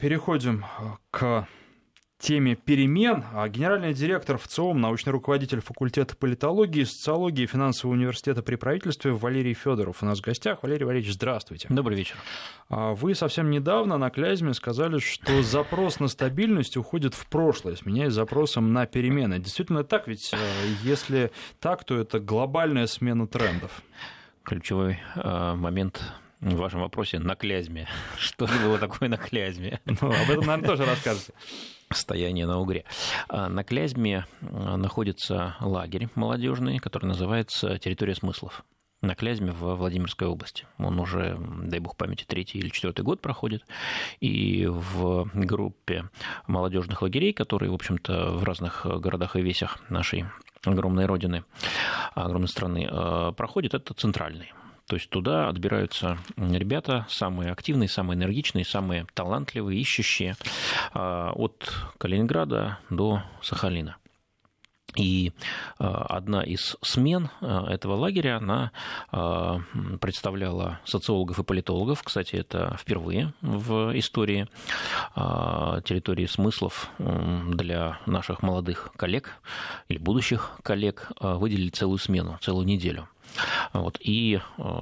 переходим к теме перемен. Генеральный директор ВЦИОМ, научный руководитель факультета политологии, социологии и финансового университета при правительстве Валерий Федоров у нас в гостях. Валерий Валерьевич, здравствуйте. Добрый вечер. Вы совсем недавно на Клязьме сказали, что запрос на стабильность уходит в прошлое, сменяясь запросом на перемены. Действительно так? Ведь если так, то это глобальная смена трендов. Ключевой момент в вашем вопросе на Клязьме. Что же было такое на Клязьме? Об этом, наверное, тоже расскажете. Стояние на Угре. На Клязьме находится лагерь молодежный, который называется «Территория смыслов». На Клязьме в Владимирской области. Он уже, дай бог памяти, 3-й или 4-й год проходит. И в группе молодежных лагерей, которые, в общем-то, в разных городах и весях нашей огромной родины, огромной страны, проходит, это центральный. То есть туда отбираются ребята самые активные, самые энергичные, самые талантливые, ищущие от Калининграда до Сахалина. И одна из смен этого лагеря, она представляла социологов и политологов. Кстати, это впервые в истории территории смыслов для наших молодых коллег или будущих коллег выделили целую смену, целую неделю. Вот. И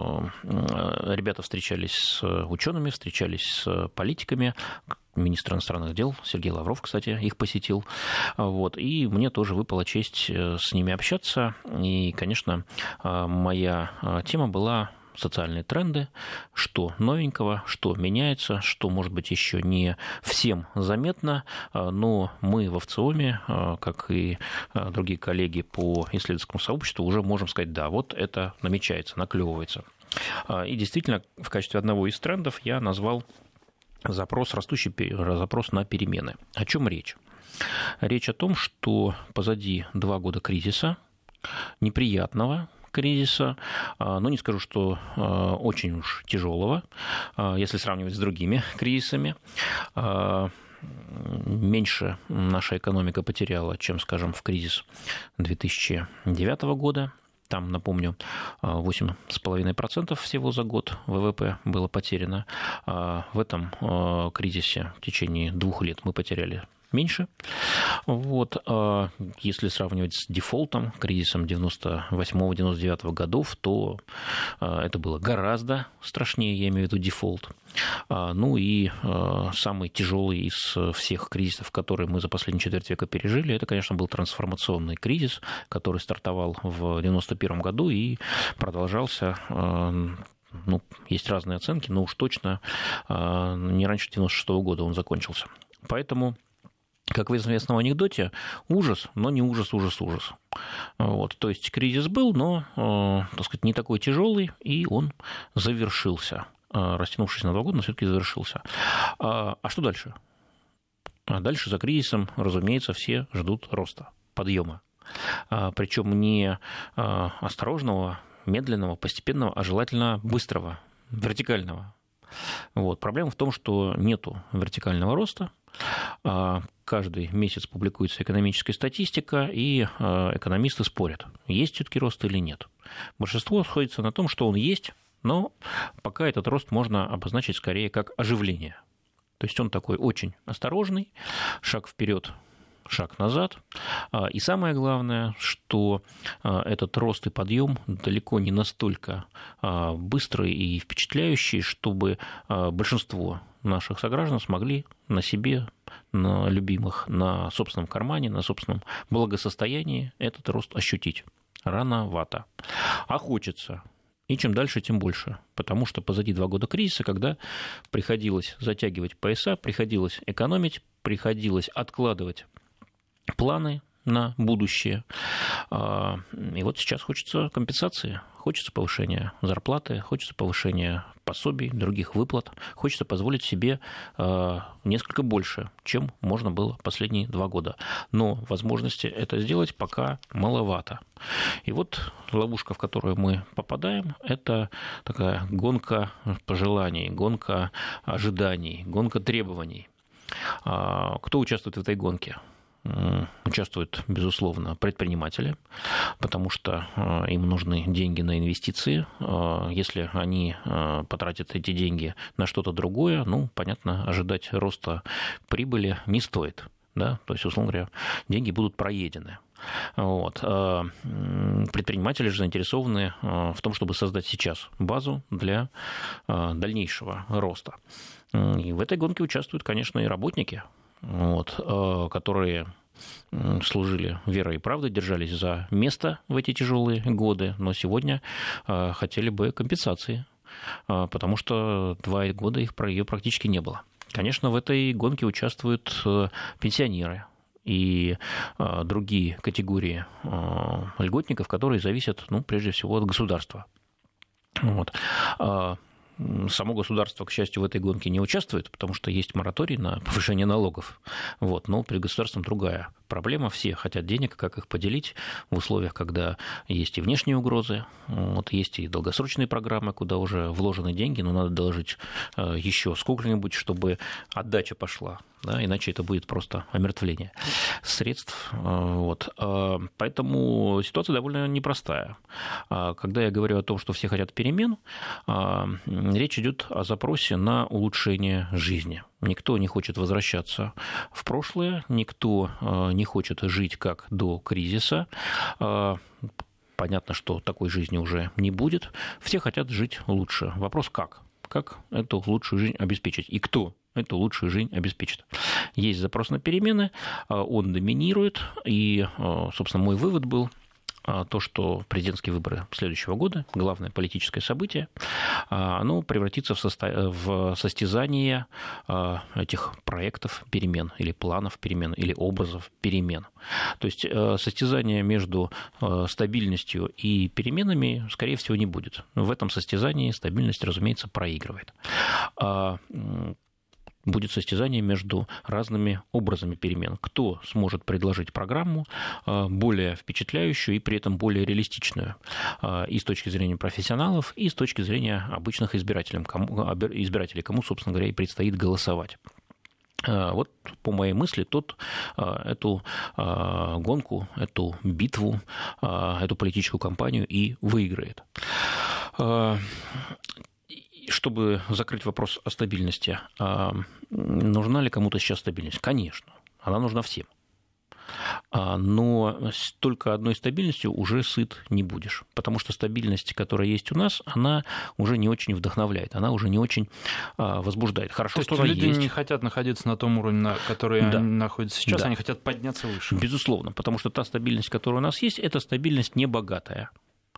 ребята встречались с учеными, встречались с политиками. Министр иностранных дел Сергей Лавров, кстати, их посетил. Вот. И мне тоже выпала честь с ними общаться. И, конечно, моя тема была социальные тренды, что новенького, что меняется, что, может быть, еще не всем заметно, но мы во ВЦИОМе, как и другие коллеги по исследовательскому сообществу, уже можем сказать, да, вот это намечается, наклевывается. И действительно, в качестве одного из трендов я назвал растущий запрос на перемены. О чем речь? Речь о том, что позади 2 года кризиса, неприятного кризиса, но не скажу, что очень уж тяжелого, если сравнивать с другими кризисами. Меньше наша экономика потеряла, чем, скажем, в кризис 2009 года. Там, напомню, 8,5% всего за год ВВП было потеряно. В этом кризисе в течение 2 лет мы потеряли меньше. Вот. Если сравнивать с дефолтом, кризисом 98-99 годов, то это было гораздо страшнее, я имею в виду дефолт. Ну и самый тяжелый из всех кризисов, которые мы за последние четверть века пережили, это, конечно, был трансформационный кризис, который стартовал в 1991 году и продолжался, есть разные оценки, но уж точно не раньше 1996 года он закончился. Поэтому, как в известном анекдоте, ужас, но не ужас. Вот, то есть кризис был, но, так сказать, не такой тяжелый, и он завершился. Растянувшись на 2 года, но все-таки завершился. А что дальше? Дальше за кризисом, разумеется, все ждут роста, подъема. Причем не осторожного, медленного, постепенного, а желательно быстрого, вертикального. Вот. Проблема в том, что нету вертикального роста. Каждый месяц публикуется экономическая статистика, и экономисты спорят, есть все-таки рост или нет. Большинство сходится на том, что он есть, но пока этот рост можно обозначить скорее как оживление. То есть он такой очень осторожный, шаг вперед, шаг назад. И самое главное, что этот рост и подъем далеко не настолько быстрый и впечатляющий, чтобы большинство наших сограждан смогли на себе, на любимых, на собственном кармане, на собственном благосостоянии этот рост ощутить. Рановато. А хочется. И чем дальше, тем больше. Потому что позади 2 года кризиса, когда приходилось затягивать пояса, приходилось экономить, приходилось откладывать планы на будущее. И вот сейчас хочется компенсации, хочется повышения зарплаты, хочется повышения пособий, других выплат, хочется позволить себе несколько больше, чем можно было последние 2 года. Но возможности это сделать пока маловато. И вот ловушка, в которую мы попадаем, это такая гонка пожеланий, гонка ожиданий, гонка требований. Кто участвует в этой гонке? участвуют, безусловно, предприниматели, потому что им нужны деньги на инвестиции. Если они потратят эти деньги на что-то другое, понятно, ожидать роста прибыли не стоит. Да? То есть, условно говоря, деньги будут проедены. Предприниматели же заинтересованы в том, чтобы создать сейчас базу для дальнейшего роста. И в этой гонке участвуют, конечно, и работники, которые служили верой и правдой, держались за место в эти тяжелые годы, но сегодня хотели бы компенсации, потому что 2 года ее практически не было. Конечно, в этой гонке участвуют пенсионеры и другие категории льготников, которые зависят, прежде всего, от государства. Само государство, к счастью, в этой гонке не участвует, потому что есть мораторий на повышение налогов. Но перед государством другая проблема. Все хотят денег, как их поделить в условиях, когда есть и внешние угрозы, есть и долгосрочные программы, куда уже вложены деньги, но надо доложить еще сколько-нибудь, чтобы отдача пошла. Да, иначе это будет просто омертвление средств. Поэтому ситуация довольно непростая. Когда я говорю о том, что все хотят перемен, речь идет о запросе на улучшение жизни. Никто не хочет возвращаться в прошлое, никто не хочет жить как до кризиса. Понятно, что такой жизни уже не будет. Все хотят жить лучше. Вопрос как? Как эту лучшую жизнь обеспечить? И кто эту лучшую жизнь обеспечит? Есть запрос на перемены, он доминирует, и, собственно, мой вывод был то, что президентские выборы следующего года, главное политическое событие, оно превратится в состязание этих проектов перемен, или планов перемен, или образов перемен. То есть состязание между стабильностью и переменами, скорее всего, не будет. В этом состязании стабильность, разумеется, проигрывает. Будет состязание между разными образами перемен. Кто сможет предложить программу более впечатляющую и при этом более реалистичную и с точки зрения профессионалов, и с точки зрения обычных избирателей, кому, собственно говоря, и предстоит голосовать. По моей мысли, эту гонку, эту битву, эту политическую кампанию и выиграет. Чтобы закрыть вопрос о стабильности, нужна ли кому-то сейчас стабильность? Конечно, она нужна всем. Но только одной стабильностью уже сыт не будешь, потому что стабильность, которая есть у нас, она уже не очень вдохновляет, она уже не очень возбуждает. Хорошо, что люди не хотят находиться на том уровне, на который они находятся сейчас, они хотят подняться выше. Безусловно, потому что та стабильность, которая у нас есть, это стабильность небогатая.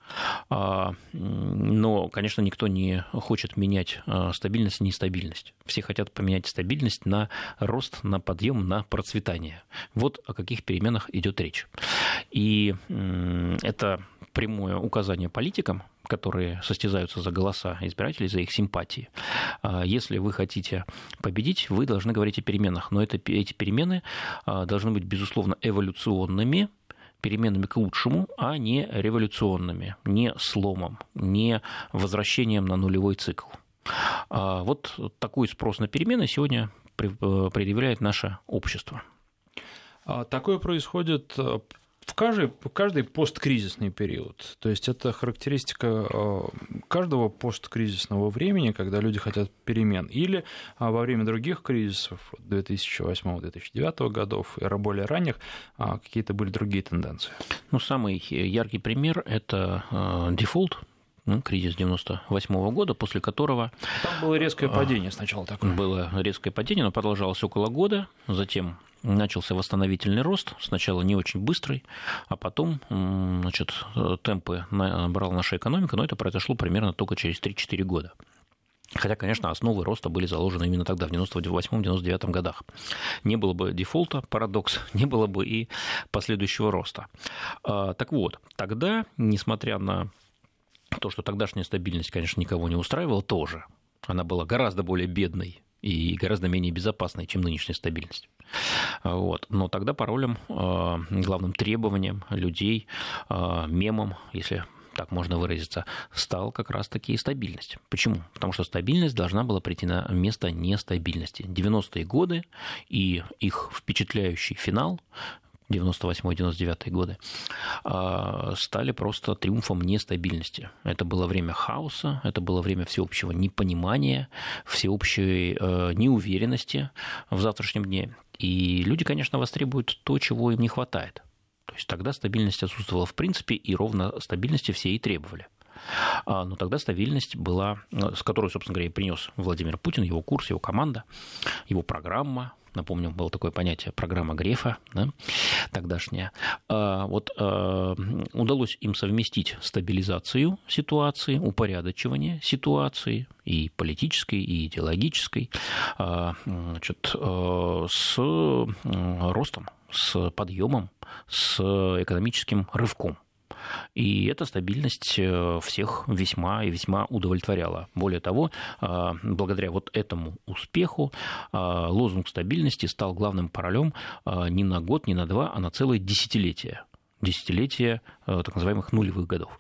Но, конечно, никто не хочет менять стабильность на нестабильность. Все хотят поменять стабильность на рост, на подъем, на процветание. Вот о каких переменах идет речь. И это прямое указание политикам, которые состязаются за голоса избирателей, за их симпатии. Если вы хотите победить, вы должны говорить о переменах. Но эти перемены должны быть, безусловно, эволюционными, переменами к лучшему, а не революционными, не сломом, не возвращением на нулевой цикл. Вот такой спрос на перемены сегодня предъявляет наше общество. Такое происходит в каждый посткризисный период. То есть это характеристика каждого посткризисного времени, когда люди хотят перемен. Или во время других кризисов 2008-2009 годов и более ранних какие-то были другие тенденции. Самый яркий пример – это дефолт. Кризис 1998 года, после которого... Там было резкое падение сначала такое. Было резкое падение, но продолжалось около года, затем начался восстановительный рост, сначала не очень быстрый, а потом темпы набрала наша экономика, но это произошло примерно только через 3-4 года. Хотя, конечно, основы роста были заложены именно тогда, в 1998-1999 годах. Не было бы дефолта, парадокс, не было бы и последующего роста. Так вот, тогда, несмотря на то, что тогдашняя стабильность, конечно, никого не устраивала, тоже. Она была гораздо более бедной и гораздо менее безопасной, чем нынешняя стабильность. Но тогда паролем, главным требованием людей, мемом, если так можно выразиться, стал как раз-таки стабильность. Почему? Потому что стабильность должна была прийти на место нестабильности. 90-е годы и их впечатляющий финал, 98-99 годы, стали просто триумфом нестабильности. Это было время хаоса, это было время всеобщего непонимания, всеобщей неуверенности в завтрашнем дне. И люди, конечно, востребуют то, чего им не хватает. То есть тогда стабильность отсутствовала в принципе, и ровно стабильности все и требовали. Но тогда стабильность была, с которой, собственно говоря, и принес Владимир Путин, его курс, его команда, его программа. Напомню, было такое понятие программа Грефа, да, тогдашняя. Удалось им совместить стабилизацию ситуации, упорядочивание ситуации и политической, и идеологической, с ростом, с подъемом, с экономическим рывком. И эта стабильность всех весьма и весьма удовлетворяла. Более того, благодаря вот этому успеху лозунг стабильности стал главным паролем не на год, не на два, а на целое десятилетие. Десятилетие так называемых нулевых годов.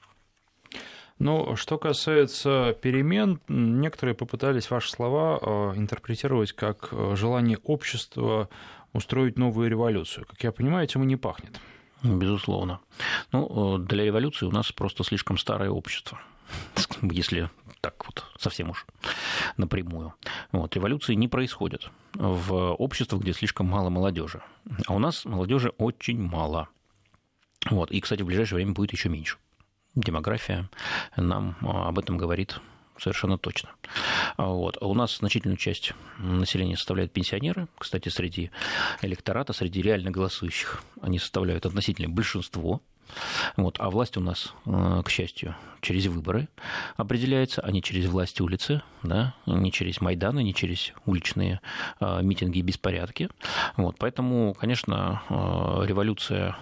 Ну, что касается перемен, некоторые попытались ваши слова интерпретировать как желание общества устроить новую революцию. Как я понимаю, этим и не пахнет. Безусловно. Ну, для революции у нас просто слишком старое общество, если так вот совсем уж напрямую. Вот. Революции не происходят в обществах, где слишком мало молодежи. А у нас молодежи очень мало. Вот. И, кстати, в ближайшее время будет еще меньше. Демография нам об этом говорит совершенно точно. Вот. А у нас значительную часть населения составляют пенсионеры. Кстати, среди электората, среди реально голосующих, они составляют относительное большинство. Вот. А власть у нас, к счастью, через выборы определяется, а не через власть улицы, да? Не через Майданы, не через уличные митинги и беспорядки. Вот. Поэтому, конечно, революция,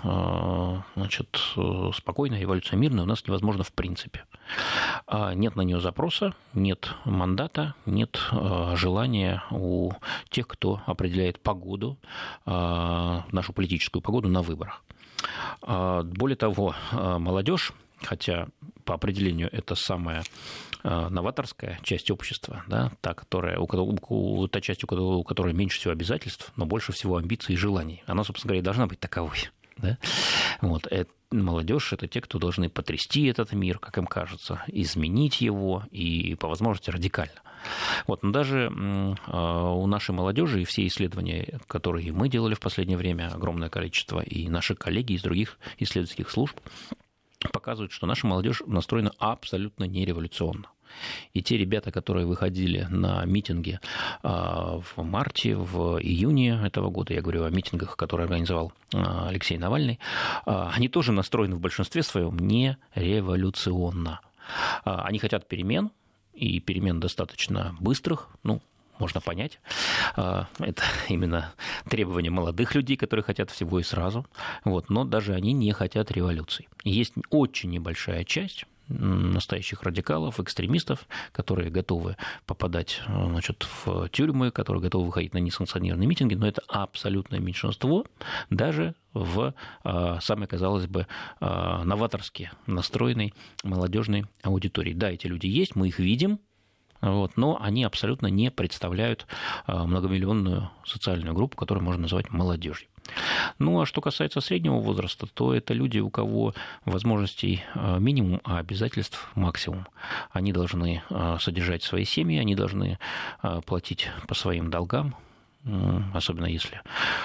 спокойная, революция мирная у нас невозможна в принципе. Нет на нее запроса, нет мандата, нет желания у тех, кто определяет погоду, нашу политическую погоду на выборах. Более того, молодежь, хотя по определению это самая новаторская часть общества, да, та часть, у которой меньше всего обязательств, но больше всего амбиций и желаний, она, собственно говоря, и должна быть таковой. Да? Вот. Молодежь – это те, кто должны потрясти этот мир, как им кажется, изменить его и, по возможности, радикально. Вот. Но даже у нашей молодежи и все исследования, которые мы делали в последнее время, огромное количество, и наши коллеги из других исследовательских служб, показывают, что наша молодежь настроена абсолютно нереволюционно. И те ребята, которые выходили на митинги в марте, в июне этого года, я говорю о митингах, которые организовал Алексей Навальный, они тоже настроены в большинстве своем не революционно. Они хотят перемен, и перемен достаточно быстрых, можно понять. Это именно требования молодых людей, которые хотят всего и сразу. Вот. Но даже они не хотят революции. Есть очень небольшая часть настоящих радикалов, экстремистов, которые готовы попадать в тюрьмы, которые готовы выходить на несанкционированные митинги, но это абсолютное меньшинство даже в самой, казалось бы, новаторски настроенной молодежной аудитории. Да, эти люди есть, мы их видим, но они абсолютно не представляют многомиллионную социальную группу, которую можно назвать молодежью. А что касается среднего возраста, то это люди, у кого возможностей минимум, а обязательств максимум. Они должны содержать свои семьи, они должны платить по своим долгам, особенно если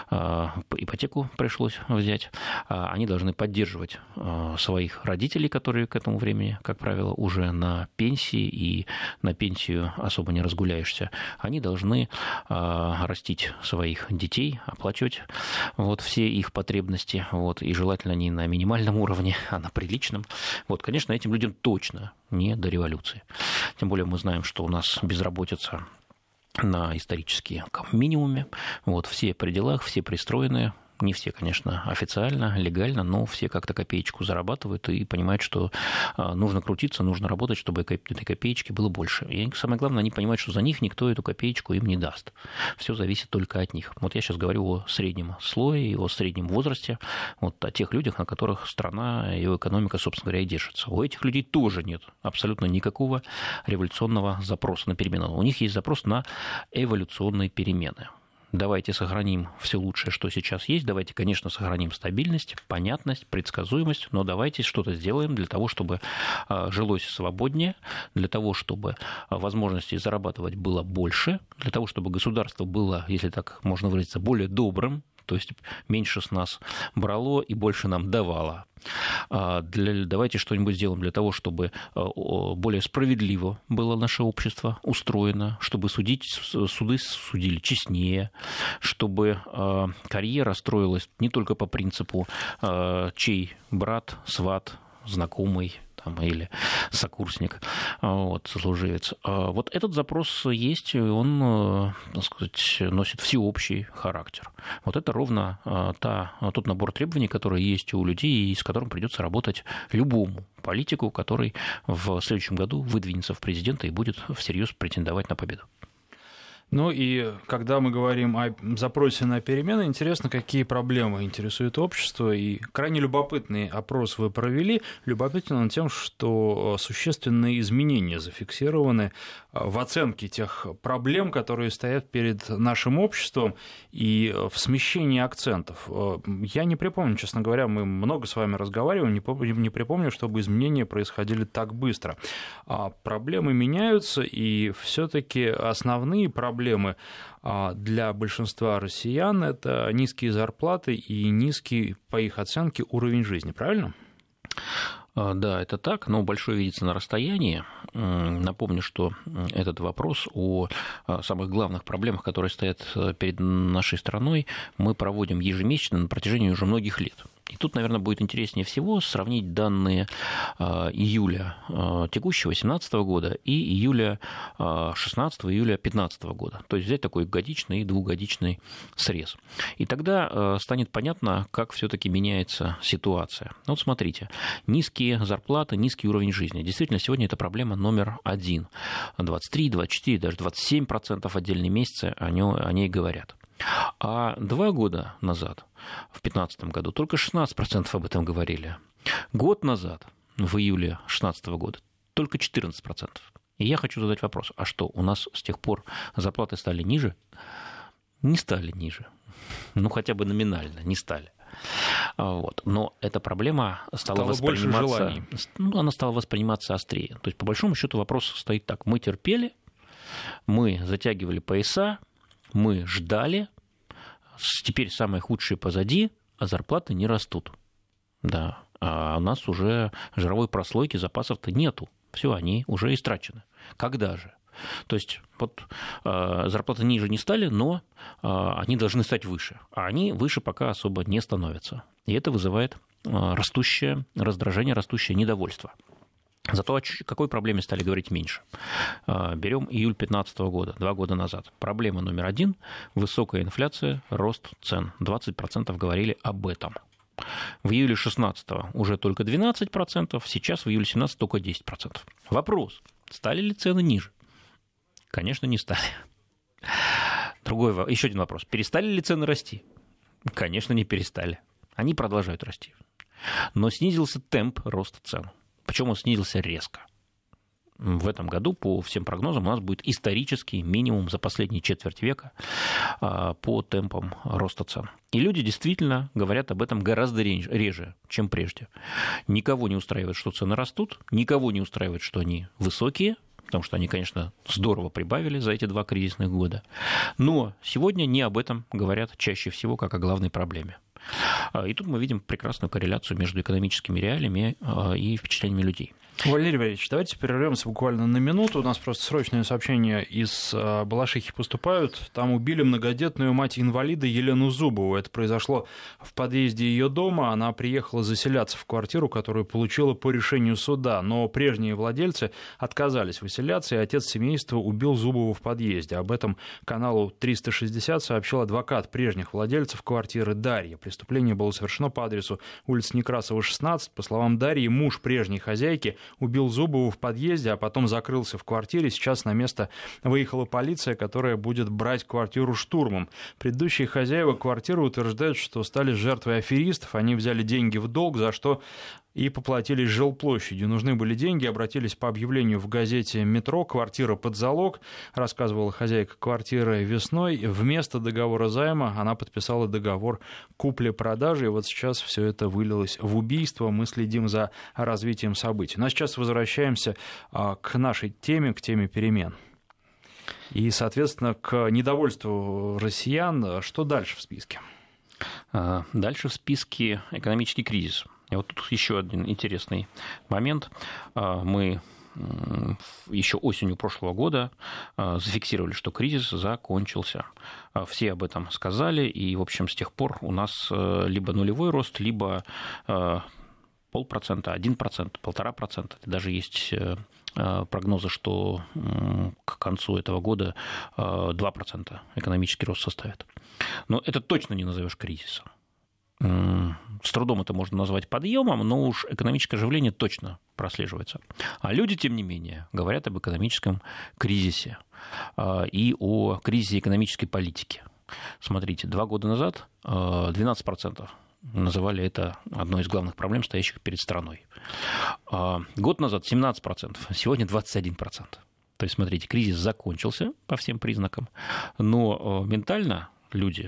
ипотеку пришлось взять, они должны поддерживать своих родителей, которые к этому времени, как правило, уже на пенсии, и на пенсию особо не разгуляешься. Они должны растить своих детей, оплачивать все их потребности, и желательно не на минимальном уровне, а на приличном. Конечно, этим людям точно не до революции. Тем более мы знаем, что у нас безработица на историческом минимуме. Все при делах, все пристроены. Не все, конечно, официально, легально, но все как-то копеечку зарабатывают и понимают, что нужно крутиться, нужно работать, чтобы этой копеечки было больше. И самое главное, они понимают, что за них никто эту копеечку им не даст. Все зависит только от них. Вот я сейчас говорю о среднем слое и о среднем возрасте, вот о тех людях, на которых страна и ее экономика, собственно говоря, и держится. У этих людей тоже нет абсолютно никакого революционного запроса на перемены. У них есть запрос на эволюционные перемены. Давайте сохраним все лучшее, что сейчас есть. Давайте, конечно, сохраним стабильность, понятность, предсказуемость, но давайте что-то сделаем для того, чтобы жилось свободнее, для того, чтобы возможностей зарабатывать было больше, для того, чтобы государство было, если так можно выразиться, более добрым, то есть меньше с нас брало и больше нам давало. Давайте что-нибудь сделаем для того, чтобы более справедливо было наше общество устроено, чтобы суды судили честнее, чтобы карьера строилась не только по принципу чей брат, сват, знакомый или сокурсник, служивец. Вот этот запрос есть, и он, так сказать, носит всеобщий характер. Вот это ровно тот набор требований, который есть у людей, и с которым придется работать любому политику, который в следующем году выдвинется в президенты и будет всерьез претендовать на победу. Ну и когда мы говорим о запросе на перемены, интересно, какие проблемы интересуют общество. И крайне любопытный опрос вы провели. Любопытен он тем, что существенные изменения зафиксированы в оценке тех проблем, которые стоят перед нашим обществом, и в смещении акцентов. Я не припомню, честно говоря, мы много с вами разговаривали, не припомню, чтобы изменения происходили так быстро. Проблемы меняются, и все-таки основные проблемы для большинства россиян – это низкие зарплаты и низкий, по их оценке, уровень жизни, правильно? Да, это так, но большое видится на расстоянии. Напомню, что этот вопрос о самых главных проблемах, которые стоят перед нашей страной, мы проводим ежемесячно на протяжении уже многих лет. И тут, наверное, будет интереснее всего сравнить данные июля текущего 2017 года и июля 2016, июля 2015 года. То есть взять такой годичный и двухгодичный срез. И тогда станет понятно, как все-таки меняется ситуация. Вот смотрите, низкие зарплаты, низкий уровень жизни. Действительно, сегодня это проблема номер один. 23, 24, даже 27% отдельные месяцы о ней говорят. А 2 года назад, в 2015 году, только 16% об этом говорили. Год назад, в июле 2016 года, только 14%. И я хочу задать вопрос, а что, у нас с тех пор зарплаты стали ниже? Не стали ниже. Ну, хотя бы номинально не стали. Но эта проблема стала восприниматься острее. То есть, по большому счету, вопрос стоит так. Мы терпели, мы затягивали пояса, мы ждали, теперь самое худшее позади, а зарплаты не растут. Да, а у нас уже жировой прослойки, запасов-то нету. Все, они уже истрачены. Когда же? То есть вот зарплаты ниже не стали, но они должны стать выше. А они выше пока особо не становятся. И это вызывает растущее раздражение, растущее недовольство. Зато о какой проблеме стали говорить меньше. Берем июль 2015 года, 2 года назад. Проблема номер 1 – высокая инфляция, рост цен. 20% говорили об этом. В июле 2016 уже только 12%, сейчас в июле 2017 только 10%. Вопрос – стали ли цены ниже? Конечно, не стали. Еще один вопрос. Перестали ли цены расти? Конечно, не перестали. Они продолжают расти. Но снизился темп роста цен. Причем он снизился резко. В этом году, по всем прогнозам, у нас будет исторический минимум за последние четверть века по темпам роста цен. И люди действительно говорят об этом гораздо реже, чем прежде. Никого не устраивает, что цены растут, никого не устраивает, что они высокие, потому что они, конечно, здорово прибавили за эти 2 кризисных года. Но сегодня не об этом говорят чаще всего, как о главной проблеме. И тут мы видим прекрасную корреляцию между экономическими реалиями и впечатлениями людей. Валерий Валерьевич, давайте прервемся буквально на минуту. У нас просто срочные сообщения из Балашихи поступают. Там убили многодетную мать-инвалида Елену Зубову. Это произошло в подъезде ее дома. Она приехала заселяться в квартиру, которую получила по решению суда. Но прежние владельцы отказались выселяться, и отец семейства убил Зубову в подъезде. Об этом каналу 360 сообщил адвокат прежних владельцев квартиры Дарья. Преступление было совершено по адресу улица Некрасова, 16. По словам Дарьи, муж прежней хозяйки убил Зубову в подъезде, а потом закрылся в квартире. Сейчас на место выехала полиция, которая будет брать квартиру штурмом. Предыдущие хозяева квартиры утверждают, что стали жертвой аферистов. Они взяли деньги в долг, за что и поплатились жилплощадью. Нужны были деньги, обратились по объявлению в газете «Метро», квартира под залог, рассказывала хозяйка квартиры весной. Вместо договора займа она подписала договор купли-продажи, и вот сейчас все это вылилось в убийство. Мы следим за развитием событий. Ну а сейчас возвращаемся к нашей теме, к теме перемен. И, соответственно, к недовольству россиян. Что дальше в списке? Дальше в списке экономический кризис. И вот тут еще один интересный момент. Мы еще осенью прошлого года зафиксировали, что кризис закончился. Все об этом сказали, и, в общем, с тех пор у нас либо нулевой рост, либо 0,5%, 1%, 1,5%. Даже есть прогнозы, что к концу этого года 2% экономический рост составит. Но это точно не назовешь кризисом. С трудом это можно назвать подъемом, но уж экономическое оживление точно прослеживается. А люди, тем не менее, говорят об экономическом кризисе и о кризисе экономической политики. Смотрите, 2 года назад 12% называли это одной из главных проблем, стоящих перед страной. Год назад 17%, сегодня 21%. То есть, смотрите, кризис закончился по всем признакам, но ментально люди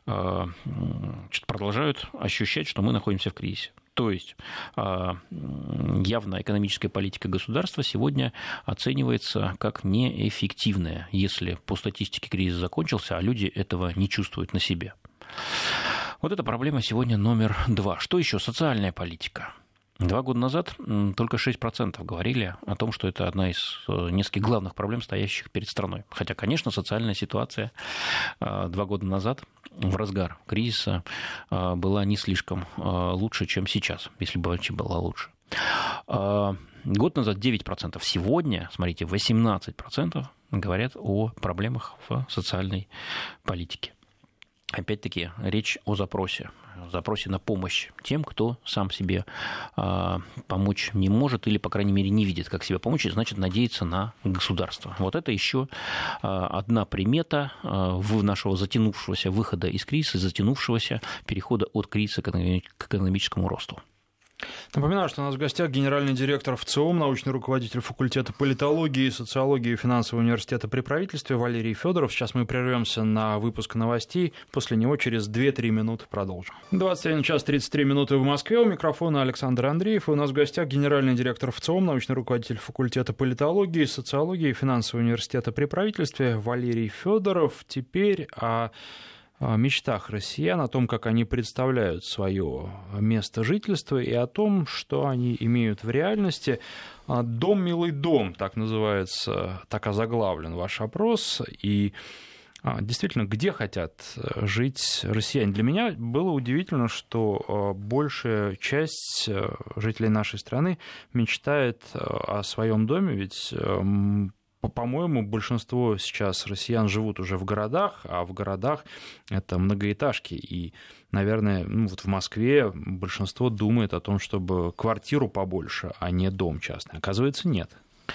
продолжают ощущать, что мы находимся в кризисе. То есть явно экономическая политика государства сегодня оценивается как неэффективная, если по статистике кризис закончился, а люди этого не чувствуют на себе. Вот это проблема сегодня номер 2. Что еще? Социальная политика. 2 года назад только 6% говорили о том, что это одна из нескольких главных проблем, стоящих перед страной. Хотя, конечно, социальная ситуация 2 года назад, в разгар кризиса, была не слишком лучше, чем сейчас, если бы вообще была лучше. Год назад 9%, сегодня, смотрите, 18% говорят о проблемах в социальной политике. Опять-таки, речь о запросе на помощь тем, кто сам себе помочь не может или, по крайней мере, не видит, как себе помочь, и, значит, надеется на государство. Вот это еще одна примета в нашего затянувшегося выхода из кризиса, затянувшегося перехода от кризиса к экономическому росту. Напоминаю, что у нас в гостях генеральный директор ВЦИОМ, научный руководитель факультета политологии, социологии и финансового университета при правительстве Валерий Федоров. Сейчас мы прервемся на выпуск новостей, после него через 2-3 минуты продолжим. 21 час 33 минуты в Москве, у микрофона Александр Андреев, и у нас в гостях генеральный директор ВЦИОМ, научный руководитель факультета политологии, социологии и финансового университета при правительстве Валерий Федоров. Теперь о мечтах россиян, о том, как они представляют свое место жительства и о том, что они имеют в реальности. «Дом, милый дом», так называется, так озаглавлен ваш опрос. И действительно, где хотят жить россияне? Для меня было удивительно, что большая часть жителей нашей страны мечтает о своем доме, ведь по-моему, большинство сейчас россиян живут уже в городах, а в городах это многоэтажки. И, наверное, вот в Москве большинство думает о том, чтобы квартиру побольше, а не дом частный. Оказывается, нет.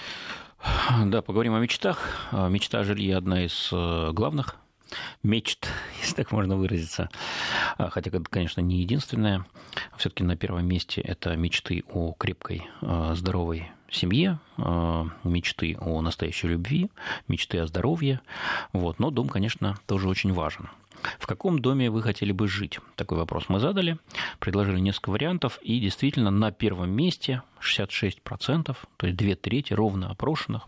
Да, поговорим о мечтах. Мечта о жилье – одна из главных мечт, если так можно выразиться. Хотя, конечно, не единственная. Все-таки на первом месте это мечты о крепкой, здоровой семье, мечты о настоящей любви, мечты о здоровье. Вот. Но дом, конечно, тоже очень важен. В каком доме вы хотели бы жить? Такой вопрос мы задали, предложили несколько вариантов, и действительно на первом месте 66%, то есть 2/3 ровно опрошенных,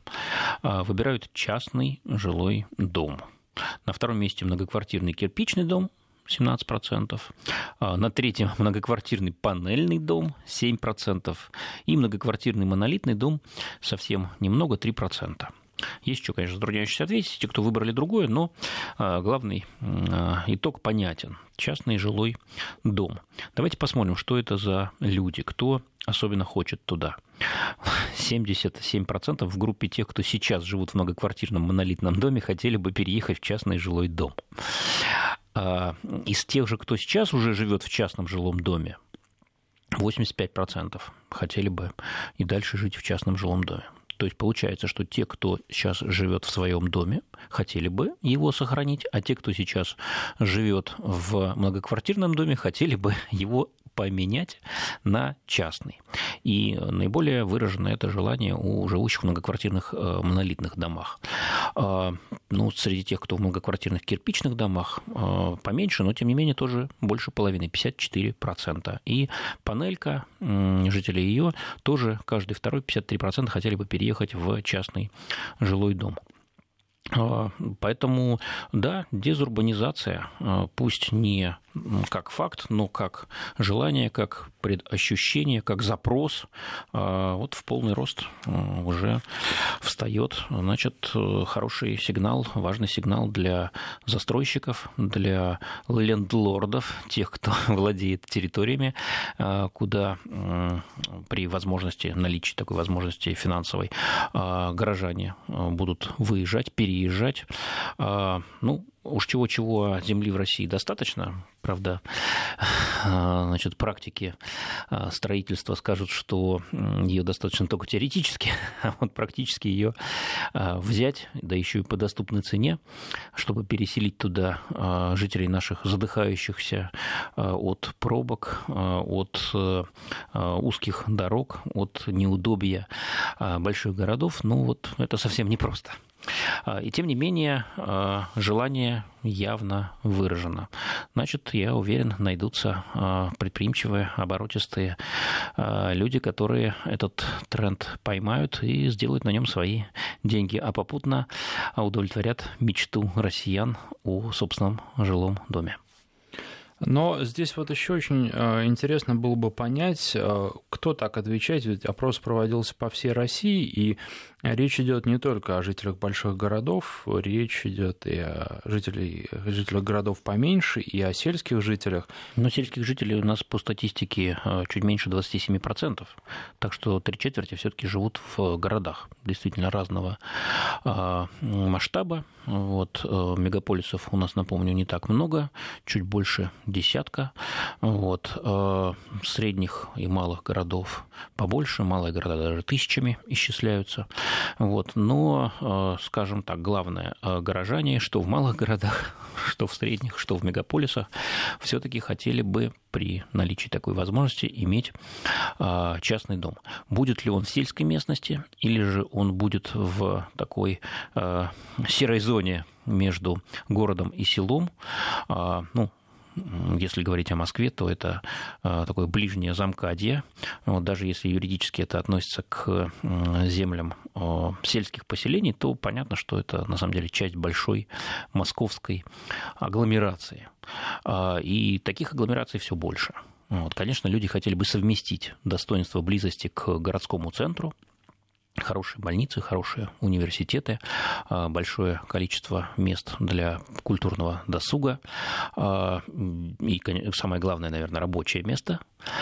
выбирают частный жилой дом. На втором месте многоквартирный кирпичный дом, 17%, на третьем многоквартирный панельный дом 7%, и многоквартирный монолитный дом совсем немного 3%. Есть еще, конечно, затрудняющиеся ответить, те, кто выбрали другое, но главный итог понятен. Частный жилой дом. Давайте посмотрим, что это за люди, кто особенно хочет туда. 77% в группе тех, кто сейчас живут в многоквартирном монолитном доме, хотели бы переехать в частный жилой дом. Из тех же, кто сейчас уже живет в частном жилом доме, 85% хотели бы и дальше жить в частном жилом доме. То есть получается, что те, кто сейчас живет в своем доме, хотели бы его сохранить, а те, кто сейчас живет в многоквартирном доме, хотели бы его поменять на частный. И наиболее выражено это желание у живущих в многоквартирных монолитных домах. Ну, среди тех, кто в многоквартирных кирпичных домах, поменьше, но тем не менее тоже больше половины, 54%. И панелька, жители ее, тоже каждый второй, 53% хотели бы переехать в частный жилой дом. Поэтому, да, дезурбанизация, пусть не как факт, но как желание, как предощущение, как запрос, вот в полный рост уже встает. Значит, хороший сигнал, важный сигнал для застройщиков, для лендлордов, тех, кто владеет территориями, куда при возможности, наличии такой возможности финансовой, горожане будут выезжать, переезжать. Ну, уж чего-чего, земли в России достаточно. Правда, значит, практики строительства скажут, что ее достаточно только теоретически, а вот практически ее взять, да еще и по доступной цене, чтобы переселить туда жителей наших задыхающихся от пробок, от узких дорог, от неудобья больших городов, ну вот это совсем непросто. И тем не менее, желание явно выражено. Значит, я уверен, найдутся предприимчивые, оборотистые люди, которые этот тренд поймают и сделают на нем свои деньги, а попутно удовлетворят мечту россиян о собственном жилом доме. Но здесь вот еще очень интересно было бы понять, кто так отвечает, ведь опрос проводился по всей России, и речь идет не только о жителях больших городов, речь идет и о жителях городов поменьше, и о сельских жителях. Но сельских жителей у нас по статистике чуть меньше 27%, так что 3/4 все-таки живут в городах, действительно разного масштаба. Вот, мегаполисов у нас, напомню, не так много, чуть больше десятка. Вот, средних и малых городов побольше, малые города даже тысячами исчисляются. Вот, но, скажем так, главное, горожане, что в малых городах, что в средних, что в мегаполисах, все-таки хотели бы при наличии такой возможности иметь частный дом. Будет ли он в сельской местности, или же он будет в такой серой зоне между городом и селом, ну, если говорить о Москве, то это такое ближнее замкадье. Вот даже если юридически это относится к землям сельских поселений, то понятно, что это на самом деле часть большой московской агломерации. И таких агломераций все больше. Вот, конечно, люди хотели бы совместить достоинство близости к городскому центру, хорошие больницы, хорошие университеты, большое количество мест для культурного досуга и, самое главное, наверное, рабочее место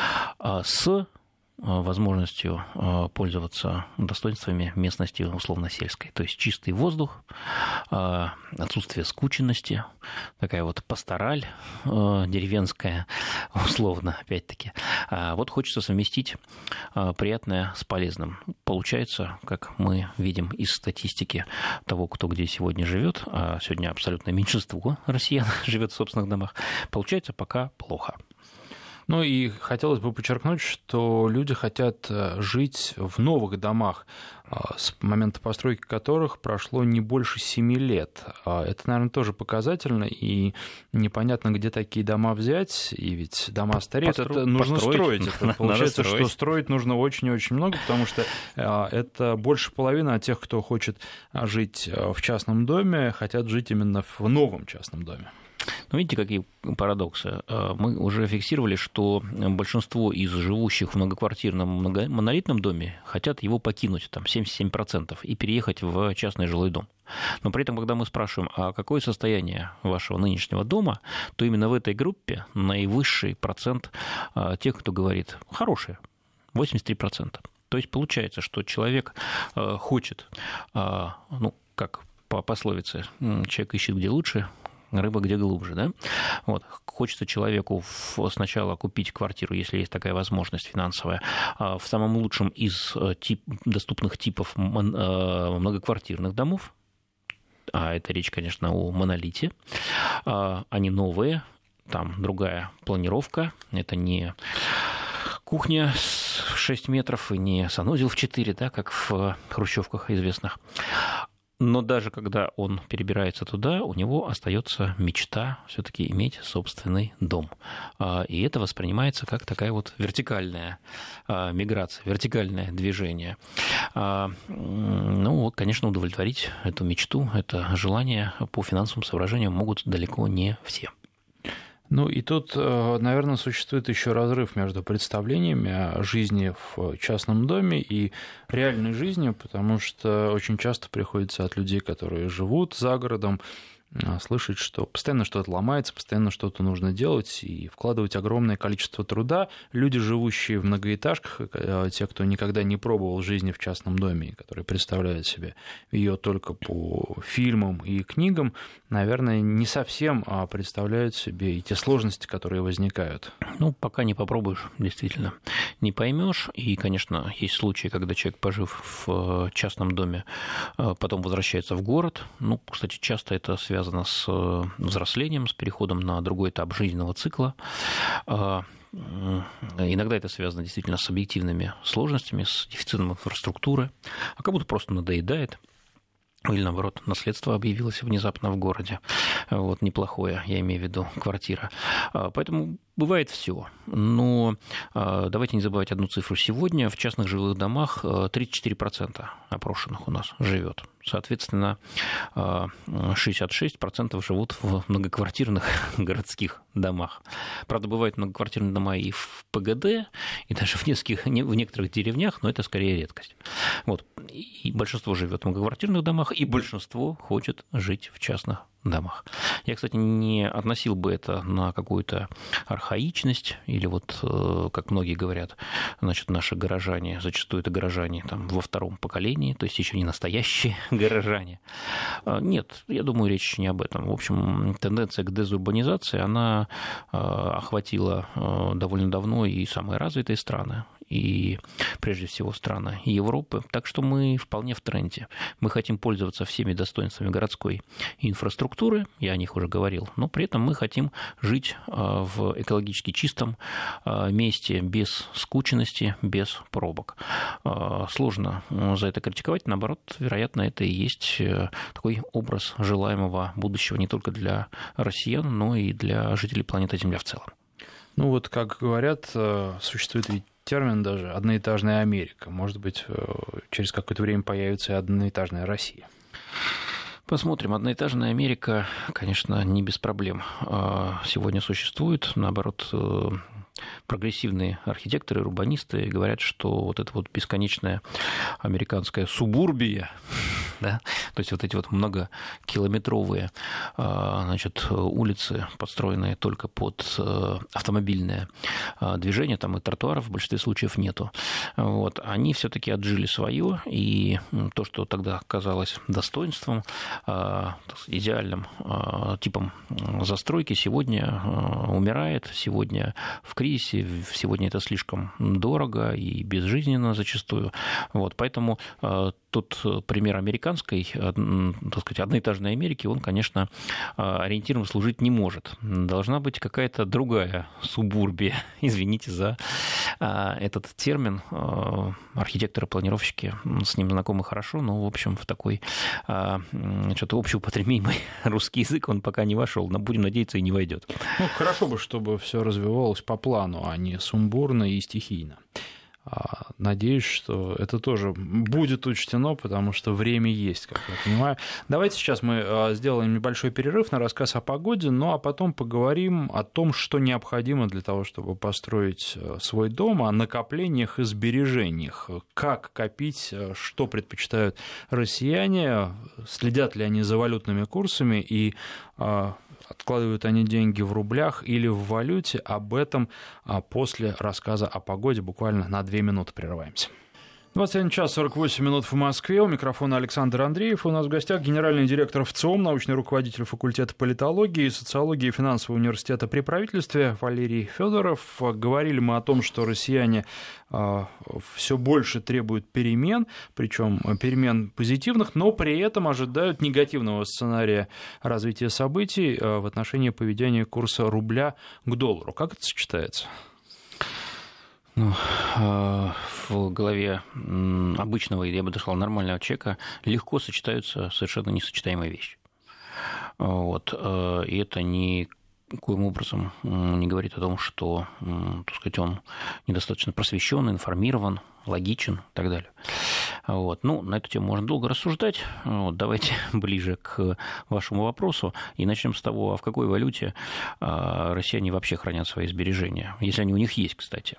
с возможностью пользоваться достоинствами местности условно-сельской. То есть чистый воздух, отсутствие скученности, такая вот пастораль деревенская, условно, опять-таки. Вот хочется совместить приятное с полезным. Получается, как мы видим из статистики того, кто где сегодня живет, а сегодня абсолютное меньшинство россиян живет в собственных домах, получается пока плохо. Ну и хотелось бы подчеркнуть, что люди хотят жить в новых домах, с момента постройки которых прошло не больше 7 лет. Это, наверное, тоже показательно, и непонятно, где такие дома взять, и ведь дома стареют, это нужно строить. Это получается, что строить нужно очень и очень много, потому что это больше половины от тех, кто хочет жить в частном доме, хотят жить именно в новом частном доме. Но видите, какие парадоксы. Мы уже фиксировали, что большинство из живущих в многоквартирном монолитном доме хотят его покинуть, там 77%, и переехать в частный жилой дом. Но при этом, когда мы спрашиваем, а какое состояние вашего нынешнего дома, то именно в этой группе наивысший процент тех, кто говорит «хорошее», 83%. То есть получается, что человек хочет, как по пословице, человек ищет где лучше, рыба где глубже, да? Вот. Хочется человеку сначала купить квартиру, если есть такая возможность финансовая, в самом лучшем из доступных типов многоквартирных домов, а это речь, конечно, о монолите, они новые, там другая планировка, это не кухня в 6 метров и не санузел в 4, да, как в хрущевках известных. Но даже когда он перебирается туда, у него остается мечта все-таки иметь собственный дом. И это воспринимается как такая вот вертикальная миграция, вертикальное движение. Ну, конечно, удовлетворить эту мечту, это желание по финансовым соображениям могут далеко не все. Ну и тут, наверное, существует еще разрыв между представлениями о жизни в частном доме и реальной жизнью, потому что очень часто приходится от людей, которые живут за городом, слышать, что постоянно что-то ломается, постоянно что-то нужно делать и вкладывать огромное количество труда. Люди, живущие в многоэтажках, те, кто никогда не пробовал жизни в частном доме, которые представляют себе ее только по фильмам и книгам, наверное, не совсем представляют себе и те сложности, которые возникают. Ну, пока не попробуешь, действительно, не поймешь. И, конечно, есть случаи, когда человек, пожив в частном доме, потом возвращается в город. Ну, кстати, часто это связано с взрослением, с переходом на другой этап жизненного цикла. Иногда это связано действительно с объективными сложностями, с дефицитом инфраструктуры, а кому-то просто надоедает. Или, наоборот, наследство объявилось внезапно в городе. Вот, неплохое, я имею в виду, квартира. Поэтому бывает все. Но давайте не забывать одну цифру. Сегодня в частных жилых домах 34% опрошенных у нас живет. Соответственно, 66% живут в многоквартирных городских домах. Правда, бывают многоквартирные дома и в ПГД, и даже в некоторых деревнях, но это скорее редкость. Вот. И большинство живет в многоквартирных домах, и большинство хочет жить в частных домах. Я, кстати, не относил бы это на какую-то архаичность, или вот, как многие говорят, значит, наши горожане, зачастую это горожане там, во втором поколении, то есть еще не настоящие горожане. Нет, я думаю, речь не об этом. В общем, тенденция к дезурбанизации, она охватила довольно давно и самые развитые страны, и прежде всего страны Европы. Так что мы вполне в тренде. Мы хотим пользоваться всеми достоинствами городской инфраструктуры, я о них уже говорил, но при этом мы хотим жить в экологически чистом месте, без скученности, без пробок. Сложно за это критиковать, наоборот, вероятно, это и есть такой образ желаемого будущего не только для россиян, но и для жителей планеты Земля в целом. Ну вот, как говорят, существует ведь термин даже «одноэтажная Америка». Может быть, через какое-то время появится и одноэтажная Россия. Посмотрим. Одноэтажная Америка, конечно, не без проблем сегодня существует. Наоборот, прогрессивные архитекторы, урбанисты говорят, что вот эта вот бесконечная американская субурбия, да, то есть вот эти вот многокилометровые, значит, улицы, построенные только под автомобильное движение, там и тротуаров в большинстве случаев нету, вот, они все-таки отжили свое, и то, что тогда казалось достоинством, идеальным типом застройки, сегодня умирает, сегодня в кризисе, сегодня это слишком дорого и безжизненно зачастую. Вот, поэтому тот пример американской, так сказать, одноэтажной Америки, он, конечно, ориентиром служить не может. Должна быть какая-то другая субурбия. Извините за этот термин. Архитекторы-планировщики с ним знакомы хорошо, но, в общем, в такой что-то общеупотребимый русский язык он пока не вошел. Но будем надеяться, и не войдет. Ну, хорошо бы, чтобы все развивалось по плану, а не сумбурно и стихийно. Надеюсь, что это тоже будет учтено, потому что время есть, как я понимаю. Давайте сейчас мы сделаем небольшой перерыв на рассказ о погоде, ну а потом поговорим о том, что необходимо для того, чтобы построить свой дом, о накоплениях и сбережениях. Как копить, что предпочитают россияне, следят ли они за валютными курсами и откладывают они деньги в рублях или в валюте. Об этом после рассказа о погоде. Буквально на 2 минуты прерываемся. 21 час 48 минут в Москве. У микрофона Александр Андреев. У нас в гостях генеральный директор ВЦИОМ, научный руководитель факультета политологии, социологии и финансового университета при правительстве Валерий Федоров. Говорили мы о том, что россияне все больше требуют перемен, причем перемен позитивных, но при этом ожидают негативного сценария развития событий в отношении поведения курса рубля к доллару. Как это сочетается? В голове обычного, я бы даже сказал, нормального человека легко сочетаются совершенно несочетаемые вещи. И это никоим образом не говорит о том, что, так сказать, он недостаточно просвещен, информирован, логичен и так далее. На эту тему можно долго рассуждать. Давайте ближе к вашему вопросу и начнем с того, в какой валюте россияне вообще хранят свои сбережения, если они у них есть, кстати.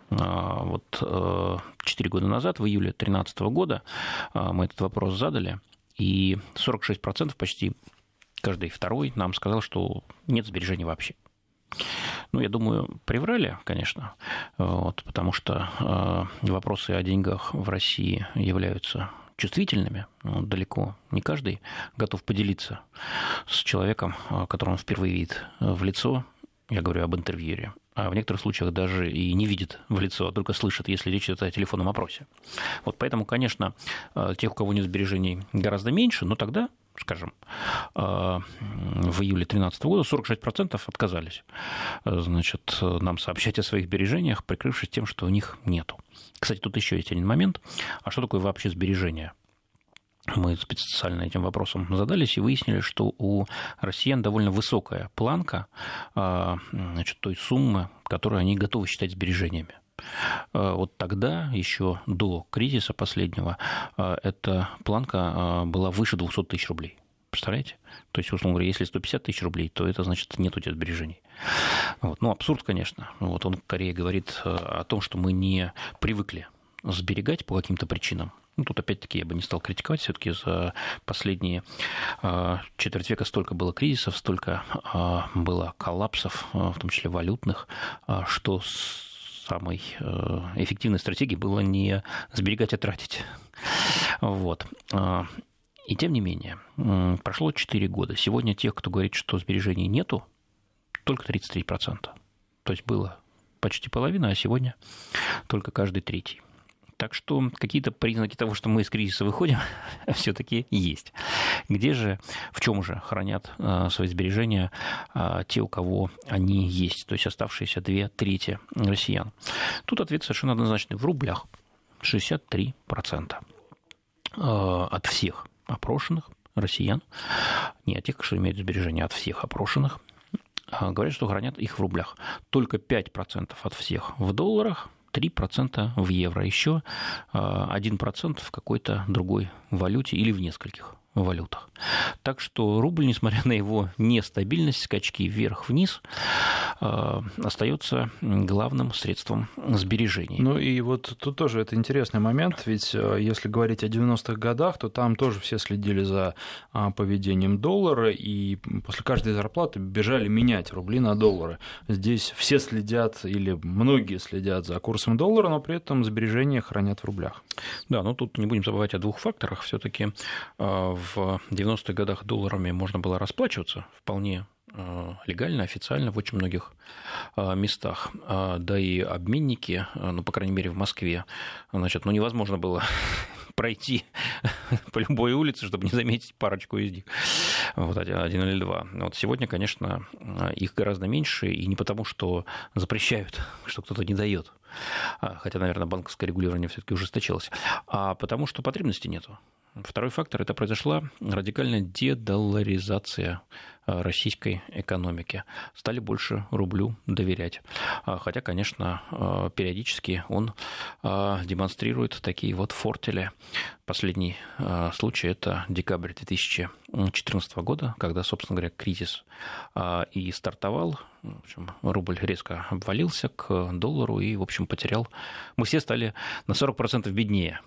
4 года назад, в июле 2013 года, мы этот вопрос задали, и 46%, почти каждый второй, нам сказал, что нет сбережений вообще. Я думаю, приврали, конечно, потому что вопросы о деньгах в России являются чувствительными, но далеко не каждый готов поделиться с человеком, которого он впервые видит в лицо. Я говорю об интервьюере. А в некоторых случаях даже и не видит в лицо, а только слышит, если речь идет о телефонном опросе. Поэтому, конечно, тех, у кого нет сбережений, гораздо меньше, но тогда, скажем, в июле 2013 года 46% отказались, нам сообщать о своих сбережениях, прикрывшись тем, что у них нету. Кстати, тут еще есть один момент. А что такое вообще сбережения? Мы специально этим вопросом задались и выяснили, что у россиян довольно высокая планка той суммы, которую они готовы считать сбережениями. Тогда, еще до кризиса последнего, эта планка была выше 200 тысяч рублей. Представляете? То есть, условно говоря, если 150 тысяч рублей, то это значит, нет у тебя сбережений. Абсурд, конечно. Он скорее говорит о том, что мы не привыкли сберегать по каким-то причинам. Тут, опять-таки, я бы не стал критиковать. Все-таки за последние четверть века столько было кризисов, столько было коллапсов, в том числе валютных, что самой эффективной стратегией было не сберегать, а тратить. И тем не менее, прошло 4 года. Сегодня тех, кто говорит, что сбережений нету, только 33%. То есть было почти половина, а сегодня только каждый третий. Так что какие-то признаки того, что мы из кризиса выходим, все-таки есть. Где же, в чем же хранят свои сбережения те, у кого они есть, то есть оставшиеся 2/3 россиян? Тут ответ совершенно однозначный. В рублях 63% от всех опрошенных россиян, не от тех, кто имеет сбережения, а от всех опрошенных, говорят, что хранят их в рублях. Только 5% от всех в долларах, 3% в евро, еще 1% в какой-то другой валюте или в нескольких валютах. Так что рубль, несмотря на его нестабильность, скачки вверх-вниз, остается главным средством сбережений. И тут тоже это интересный момент, ведь если говорить о 90-х годах, то там тоже все следили за поведением доллара, и после каждой зарплаты бежали менять рубли на доллары. Здесь все следят, или многие следят за курсом доллара, но при этом сбережения хранят в рублях. Да, но тут не будем забывать о двух факторах. Все-таки в 90-х годах долларами можно было расплачиваться вполне легально, официально в очень многих местах. Да и обменники, по крайней мере, в Москве, невозможно было пройти по любой улице, чтобы не заметить парочку из них. Один или два. Сегодня, конечно, их гораздо меньше, и не потому, что запрещают, что кто-то не дает, хотя, наверное, банковское регулирование все-таки ужесточилось, а потому, что потребности нету. Второй фактор – это произошла радикальная дедолларизация российской экономики. Стали больше рублю доверять. Хотя, конечно, периодически он демонстрирует такие вот фортели. Последний случай – это декабрь 2014 года, когда, собственно говоря, кризис и стартовал. В общем, рубль резко обвалился к доллару и, в общем, потерял. Мы все стали на 40% беднее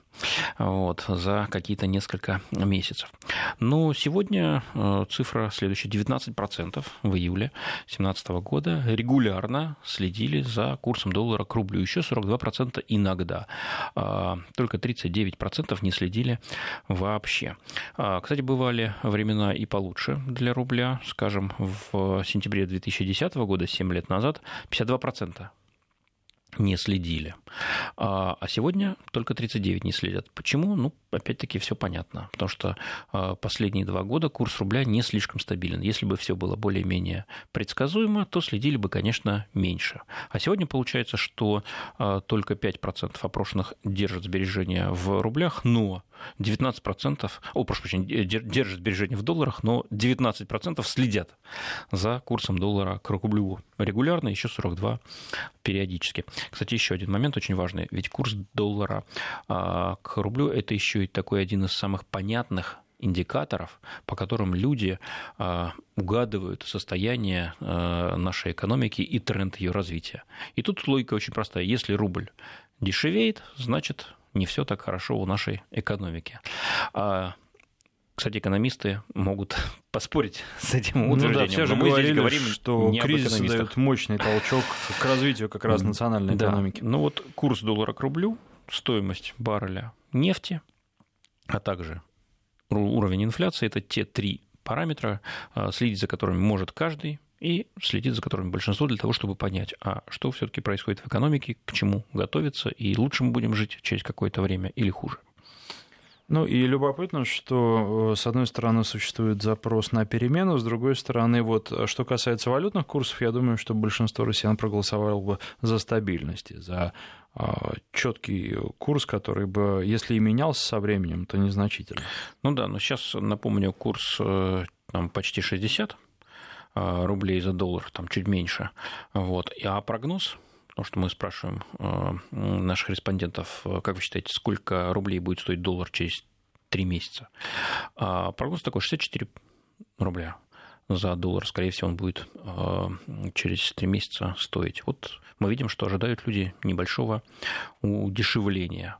за какие-то несколько месяцев. Но сегодня цифра следующая: 19% в июле 2017 года регулярно следили за курсом доллара к рублю. Еще 42% иногда. Только 39% не следили вообще. Кстати, бывали времена и получше для рубля. Скажем, в сентябре 2010 года, 7 лет назад, 52% не следили. А сегодня только 39% не следят. Почему? Ну, опять-таки, все понятно. Потому что последние 2 года курс рубля не слишком стабилен. Если бы все было более-менее предсказуемо, то следили бы, конечно, меньше. А сегодня получается, что только 5% опрошенных держат сбережения в рублях, но 19%, прошу прощения, держат сбережения в долларах, но 19% следят за курсом доллара к рублю регулярно, еще 42% периодически. Кстати, еще один момент очень важный, ведь курс доллара к рублю – это еще и такой один из самых понятных индикаторов, по которым люди угадывают состояние нашей экономики и тренд ее развития. И тут логика очень простая. Если рубль дешевеет, значит, не все так хорошо у нашей экономики. Кстати, экономисты могут поспорить с этим утверждением. Ну да, все же говорили, что кризис дает мощный толчок к развитию как раз национальной экономики. Ну вот курс доллара к рублю, стоимость барреля нефти, а также уровень инфляции – это те 3 параметра, следить за которыми может каждый, и следить за которыми большинство, для того, чтобы понять, что все-таки происходит в экономике, к чему готовиться, и лучше мы будем жить через какое-то время или хуже. Ну и любопытно, что, с одной стороны, существует запрос на перемену, с другой стороны, вот что касается валютных курсов, я думаю, что большинство россиян проголосовало бы за стабильность, за четкий курс, который бы, если и менялся со временем, то незначительно. Ну да, но сейчас, напомню, курс там почти 60 рублей за доллар, там чуть меньше. Вот. А прогноз, потому что мы спрашиваем наших респондентов, как вы считаете, сколько рублей будет стоить доллар через 3 месяца? Прогноз такой: 64 рубля за доллар. Скорее всего, он будет через 3 месяца стоить. Вот мы видим, что ожидают люди небольшого удешевления,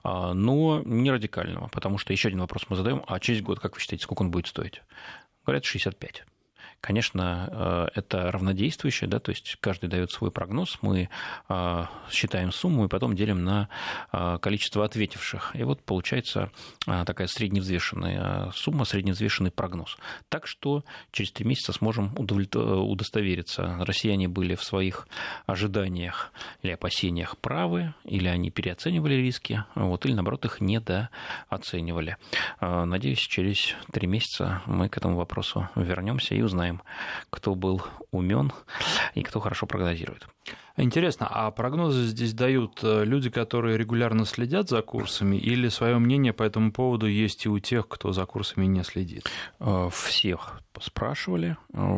но не радикального, потому что еще один вопрос мы задаем: а через год, как вы считаете, сколько он будет стоить? Говорят, 65. Конечно, это равнодействующее, да, то есть каждый дает свой прогноз, мы считаем сумму и потом делим на количество ответивших. И вот получается такая средневзвешенная сумма, средневзвешенный прогноз. Так что через 3 месяца сможем удостовериться, россияне были в своих ожиданиях или опасениях правы, или они переоценивали риски, или наоборот их недооценивали. Надеюсь, через 3 месяца мы к этому вопросу вернемся и узнаем, кто был умен и кто хорошо прогнозирует. Интересно, а прогнозы здесь дают люди, которые регулярно следят за курсами, или свое мнение по этому поводу есть и у тех, кто за курсами не следит? Всех спрашивали,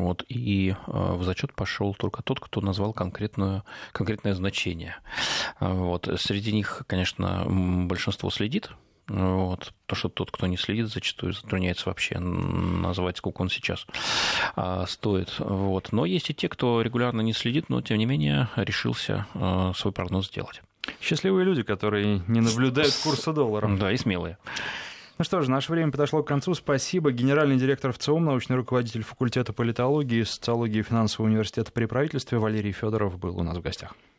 и в зачет пошел только тот, кто назвал конкретное значение. Среди них, конечно, большинство следит. То, что тот, кто не следит, зачастую затрудняется вообще назвать, сколько он сейчас стоит. Но есть и те, кто регулярно не следит, но, тем не менее, решился свой прогноз сделать. Счастливые люди, которые не наблюдают курса доллара. Да, и смелые. Ну что ж, наше время подошло к концу. Спасибо. Генеральный директор ВЦИОМ, научный руководитель факультета политологии и социологии финансового университета при правительстве Валерий Федоров был у нас в гостях.